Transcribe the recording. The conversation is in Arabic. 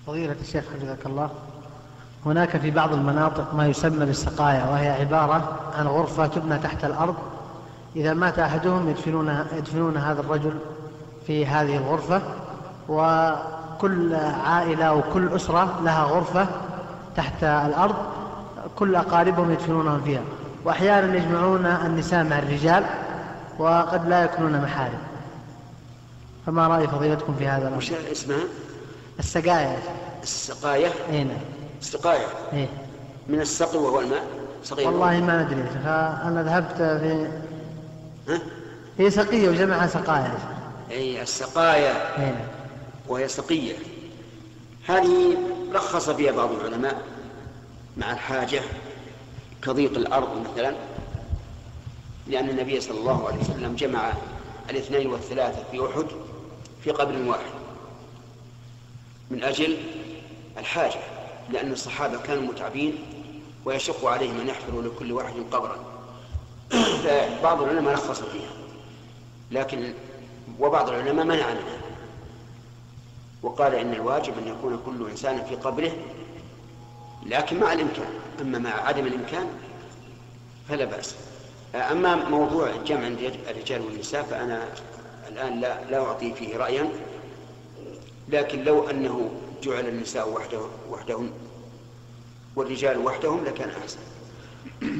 فضيلة الشيخ حفظك الله، هناك في بعض المناطق ما يسمى بالسقايا، وهي عبارة عن غرفة تبنى تحت الأرض، إذا مات أحدهم يدفنون هذا الرجل في هذه الغرفة، وكل عائلة وكل أسرة لها غرفة تحت الأرض كل أقاربهم يدفنونهم فيها، وأحيانا يجمعون النساء مع الرجال وقد لا يكونون محارم. فما رأي فضيلتكم في هذا الأمر؟ وش اسمها؟ السقايا. السقاية؟ اي نعم. السقاية إيه؟ من السقي وهو الماء؟ والله ما ندري، فأنا ذهبت في ها؟ هي سقية وجمعها سقايا. أي السقايا. إيه؟ وهي سقية. هذه رخص فيها بعض العلماء مع الحاجة كضيق الأرض مثلا، لأن النبي صلى الله عليه وسلم جمع 2 و3 في أحد في قبر واحد من أجل الحاجة، لأن الصحابة كانوا متعبين ويشق عليهم أن يحفروا لكل واحد قبرا. بعض العلماء رخص فيها، لكن وبعض العلماء منع منها وقال إن الواجب أن يكون كل إنسان في قبره، لكن مع الإمكان. أما مع عدم الإمكان فلا بأس. أما موضوع جمع الرجال والنساء فأنا الآن لا أعطي فيه رأيا، لكن لو أنه جعل النساء وحدهن والرجال وحدهم لكان أحسن.